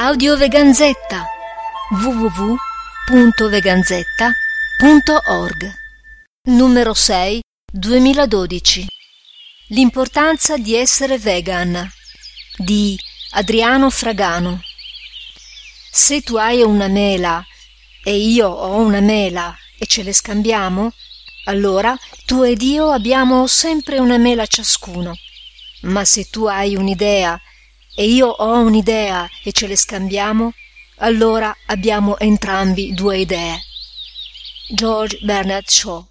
Audio Veganzetta www.veganzetta.org Numero 6 2012 L'importanza di essere vegan di Adriano Fragano. Se tu hai una mela e io ho una mela e ce le scambiamo, allora tu ed io abbiamo sempre una mela ciascuno. Ma se tu hai un'idea e io ho un'idea e ce le scambiamo, allora abbiamo entrambi due idee. George Bernard Shaw.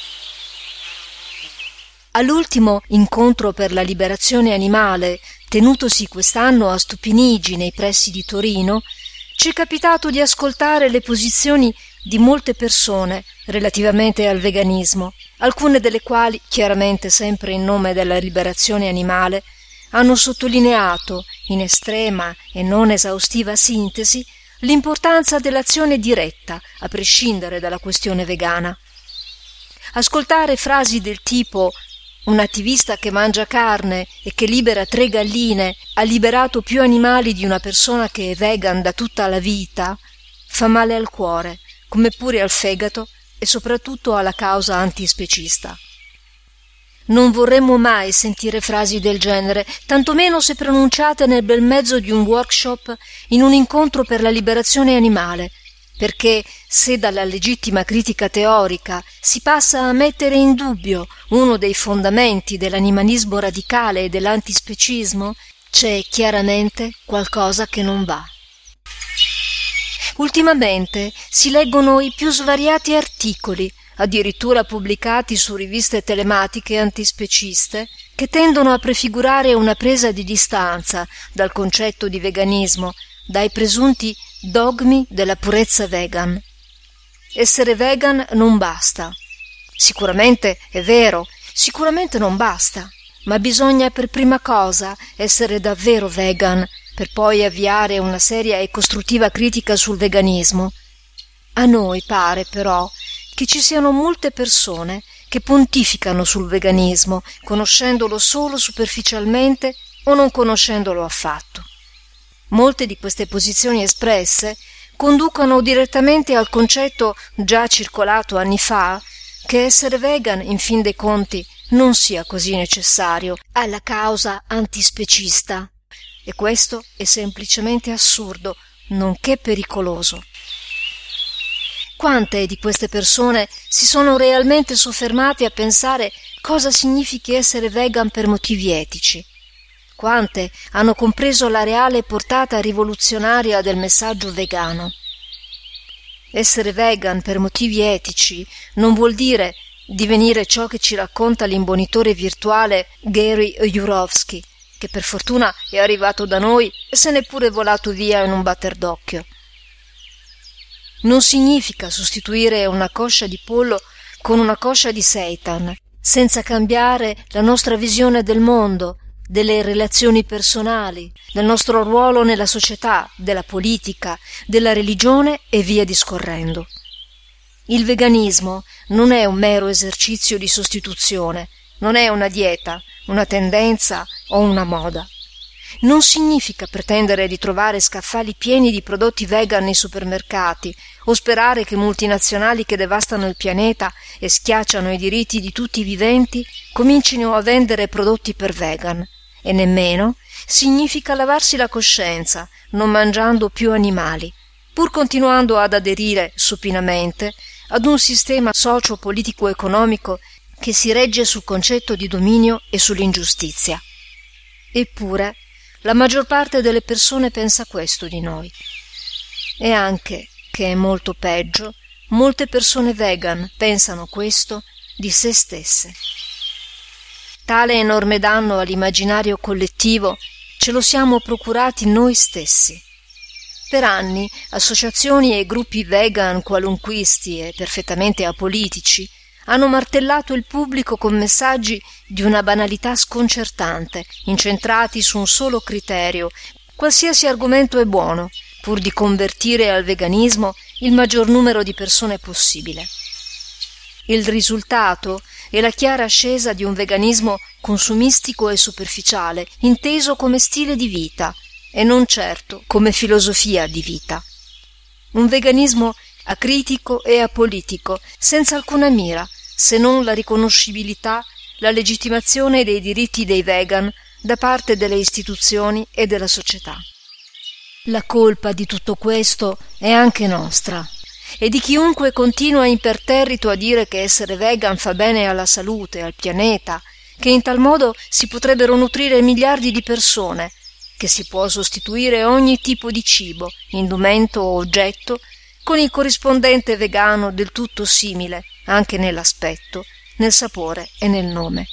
All'ultimo incontro per la liberazione animale, tenutosi quest'anno a Stupinigi nei pressi di Torino, ci è capitato di ascoltare le posizioni di molte persone relativamente al veganismo, alcune delle quali, chiaramente sempre in nome della liberazione animale, hanno sottolineato, in estrema e non esaustiva sintesi, l'importanza dell'azione diretta, a prescindere dalla questione vegana. Ascoltare frasi del tipo «Un attivista che mangia carne e che libera 3 galline ha liberato più animali di una persona che è vegan da tutta la vita» fa male al cuore, come pure al fegato e soprattutto alla causa antispecista. Non vorremmo mai sentire frasi del genere, tantomeno se pronunciate nel bel mezzo di un workshop in un incontro per la liberazione animale, perché se dalla legittima critica teorica si passa a mettere in dubbio uno dei fondamenti dell'animalismo radicale e dell'antispecismo, c'è chiaramente qualcosa che non va. Ultimamente si leggono i più svariati articoli, addirittura pubblicati su riviste telematiche antispeciste, che tendono a prefigurare una presa di distanza dal concetto di veganismo, dai presunti dogmi della purezza vegan. Essere vegan non basta. Sicuramente è vero, sicuramente non basta, ma bisogna per prima cosa essere davvero vegan per poi avviare una seria e costruttiva critica sul veganismo. A noi pare però che ci siano molte persone che pontificano sul veganismo, conoscendolo solo superficialmente o non conoscendolo affatto. Molte di queste posizioni espresse conducono direttamente al concetto già circolato anni fa che essere vegan, in fin dei conti, non sia così necessario alla causa antispecista. E questo è semplicemente assurdo, nonché pericoloso. Quante di queste persone si sono realmente soffermate a pensare cosa significhi essere vegan per motivi etici? Quante hanno compreso la reale portata rivoluzionaria del messaggio vegano? Essere vegan per motivi etici non vuol dire divenire ciò che ci racconta l'imbonitore virtuale Gary Yourofsky, che per fortuna è arrivato da noi e se n'è pure volato via in un batter d'occhio. Non significa sostituire una coscia di pollo con una coscia di seitan, senza cambiare la nostra visione del mondo, delle relazioni personali, del nostro ruolo nella società, della politica, della religione e via discorrendo. Il veganismo non è un mero esercizio di sostituzione, non è una dieta, una tendenza o una moda. Non significa pretendere di trovare scaffali pieni di prodotti vegan nei supermercati o sperare che multinazionali che devastano il pianeta e schiacciano i diritti di tutti i viventi comincino a vendere prodotti per vegan. E nemmeno significa lavarsi la coscienza non mangiando più animali, pur continuando ad aderire supinamente ad un sistema socio-politico-economico che si regge sul concetto di dominio e sull'ingiustizia. Eppure la maggior parte delle persone pensa questo di noi. E anche, che è molto peggio, molte persone vegan pensano questo di se stesse. Tale enorme danno all'immaginario collettivo ce lo siamo procurati noi stessi. Per anni associazioni e gruppi vegan qualunquisti e perfettamente apolitici hanno martellato il pubblico con messaggi di una banalità sconcertante, incentrati su un solo criterio: qualsiasi argomento è buono, pur di convertire al veganismo il maggior numero di persone possibile. Il risultato è la chiara ascesa di un veganismo consumistico e superficiale, inteso come stile di vita, e non certo come filosofia di vita. Un veganismo acritico e apolitico, senza alcuna mira, se non la riconoscibilità, la legittimazione dei diritti dei vegan da parte delle istituzioni e della società. La colpa di tutto questo è anche nostra, e di chiunque continua imperterrito a dire che essere vegan fa bene alla salute, al pianeta, che in tal modo si potrebbero nutrire miliardi di persone, che si può sostituire ogni tipo di cibo, indumento o oggetto con il corrispondente vegano del tutto simile, anche nell'aspetto, nel sapore e nel nome.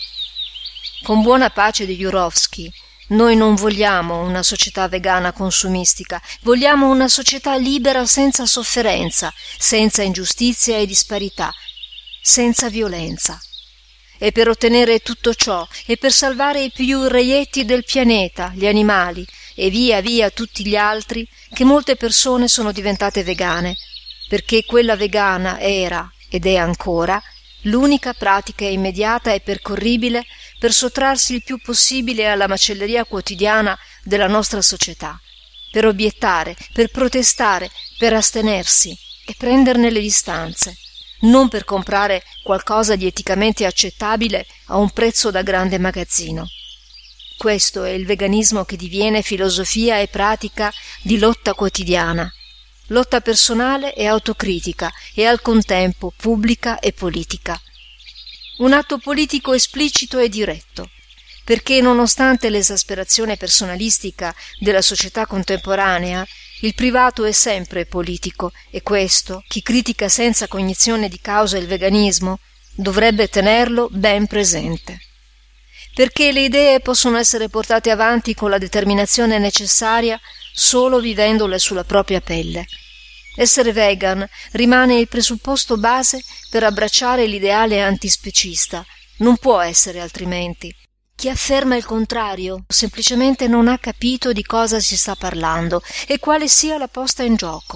Con buona pace di Jurovsky, noi non vogliamo una società vegana consumistica, vogliamo una società libera senza sofferenza, senza ingiustizia e disparità, senza violenza. E per ottenere tutto ciò, e per salvare i più reietti del pianeta, gli animali, e via via tutti gli altri, che molte persone sono diventate vegane, perché quella vegana era, ed è ancora, l'unica pratica immediata e percorribile per sottrarsi il più possibile alla macelleria quotidiana della nostra società, per obiettare, per protestare, per astenersi e prenderne le distanze, non per comprare qualcosa di eticamente accettabile a un prezzo da grande magazzino. Questo è il veganismo che diviene filosofia e pratica di lotta quotidiana, lotta personale e autocritica e al contempo pubblica e politica. Un atto politico esplicito e diretto, perché nonostante l'esasperazione personalistica della società contemporanea, il privato è sempre politico e questo, chi critica senza cognizione di causa il veganismo, dovrebbe tenerlo ben presente. Perché le idee possono essere portate avanti con la determinazione necessaria solo vivendole sulla propria pelle. Essere vegan rimane il presupposto base per abbracciare l'ideale antispecista, non può essere altrimenti. Chi afferma il contrario semplicemente non ha capito di cosa si sta parlando e quale sia la posta in gioco.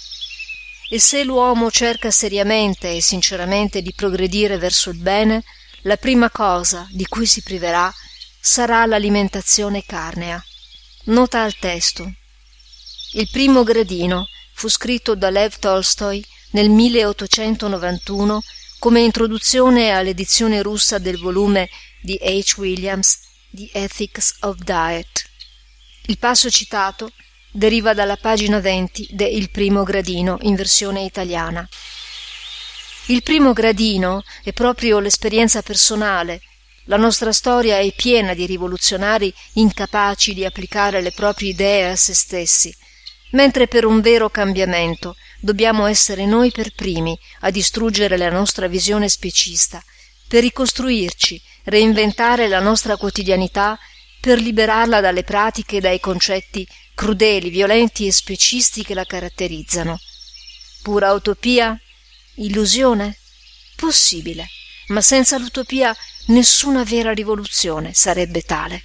E se l'uomo cerca seriamente e sinceramente di progredire verso il bene, la prima cosa di cui si priverà sarà l'alimentazione carnea. Nota al testo. Il primo gradino fu scritto da Lev Tolstoi nel 1891 come introduzione all'edizione russa del volume di H. Williams, The Ethics of Diet. Il passo citato deriva dalla pagina 20 de Il primo gradino in versione italiana. Il primo gradino è proprio l'esperienza personale. La nostra storia è piena di rivoluzionari incapaci di applicare le proprie idee a se stessi, mentre per un vero cambiamento dobbiamo essere noi per primi a distruggere la nostra visione specista, per ricostruirci, reinventare la nostra quotidianità, per liberarla dalle pratiche e dai concetti crudeli, violenti e specisti che la caratterizzano. Pura utopia? Illusione? Possibile, ma senza l'utopia nessuna vera rivoluzione sarebbe tale.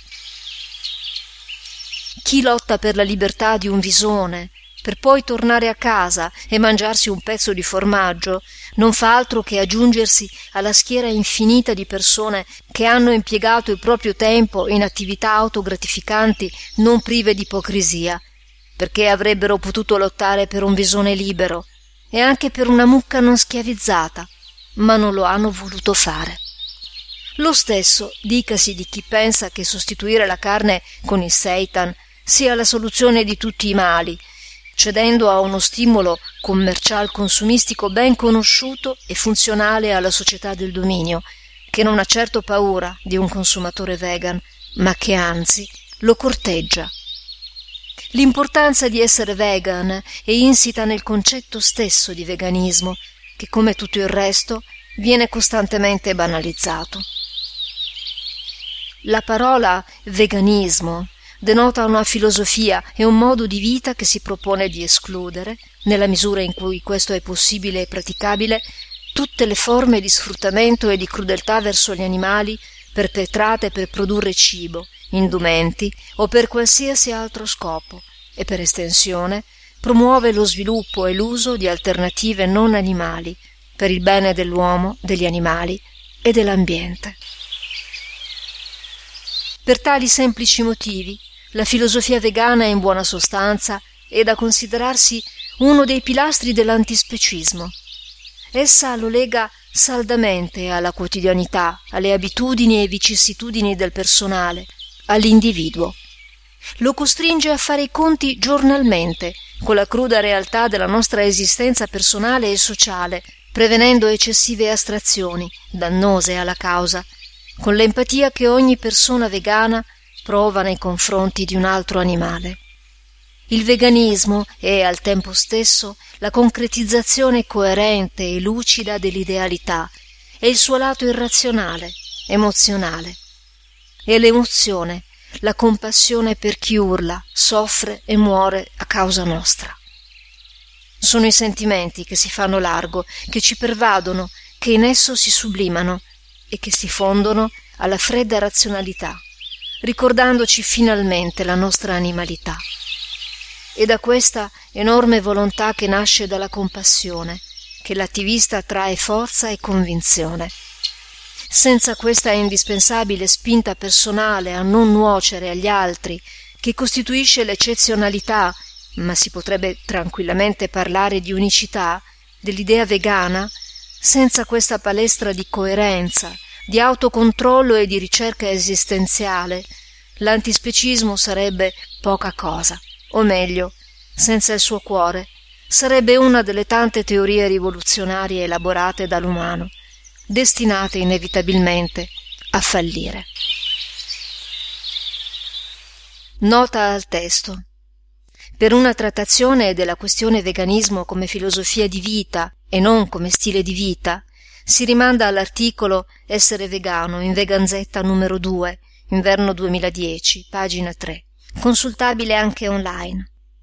Chi lotta per la libertà di un visone, per poi tornare a casa e mangiarsi un pezzo di formaggio, non fa altro che aggiungersi alla schiera infinita di persone che hanno impiegato il proprio tempo in attività autogratificanti non prive di ipocrisia, perché avrebbero potuto lottare per un visone libero e anche per una mucca non schiavizzata, ma non lo hanno voluto fare. Lo stesso dicasi di chi pensa che sostituire la carne con il seitan sia la soluzione di tutti i mali, cedendo a uno stimolo commercial consumistico ben conosciuto e funzionale alla società del dominio, che non ha certo paura di un consumatore vegan, ma che anzi lo corteggia. L'importanza di essere vegan è insita nel concetto stesso di veganismo, che come tutto il resto viene costantemente banalizzato. La parola veganismo denota una filosofia e un modo di vita che si propone di escludere, nella misura in cui questo è possibile e praticabile, tutte le forme di sfruttamento e di crudeltà verso gli animali perpetrate per produrre cibo, indumenti o per qualsiasi altro scopo, e per estensione promuove lo sviluppo e l'uso di alternative non animali per il bene dell'uomo, degli animali e dell'ambiente. Per tali semplici motivi, La filosofia vegana, in buona sostanza, è da considerarsi uno dei pilastri dell'antispecismo. Essa lo lega saldamente alla quotidianità, alle abitudini e vicissitudini del personale, all'individuo. Lo costringe a fare i conti giornalmente con la cruda realtà della nostra esistenza personale e sociale, prevenendo eccessive astrazioni, dannose alla causa, con l'empatia che ogni persona vegana prova nei confronti di un altro animale. Il veganismo è al tempo stesso la concretizzazione coerente e lucida dell'idealità e il suo lato irrazionale, emozionale. E l'emozione, la compassione per chi urla, soffre e muore a causa nostra. Sono i sentimenti che si fanno largo, che ci pervadono, che in esso si sublimano e che si fondono alla fredda razionalità, ricordandoci finalmente la nostra animalità. E da questa enorme volontà che nasce dalla compassione, che l'attivista trae forza e convinzione. Senza questa indispensabile spinta personale a non nuocere agli altri, che costituisce l'eccezionalità, ma si potrebbe tranquillamente parlare di unicità, dell'idea vegana, senza questa palestra di coerenza, di autocontrollo e di ricerca esistenziale, l'antispecismo sarebbe poca cosa. O meglio, senza il suo cuore, sarebbe una delle tante teorie rivoluzionarie elaborate dall'umano, destinate inevitabilmente a fallire. Nota al testo. Per una trattazione della questione veganismo come filosofia di vita e non come stile di vita, si rimanda all'articolo Essere vegano in Veganzetta numero 2, inverno 2010, pagina 3. Consultabile anche online.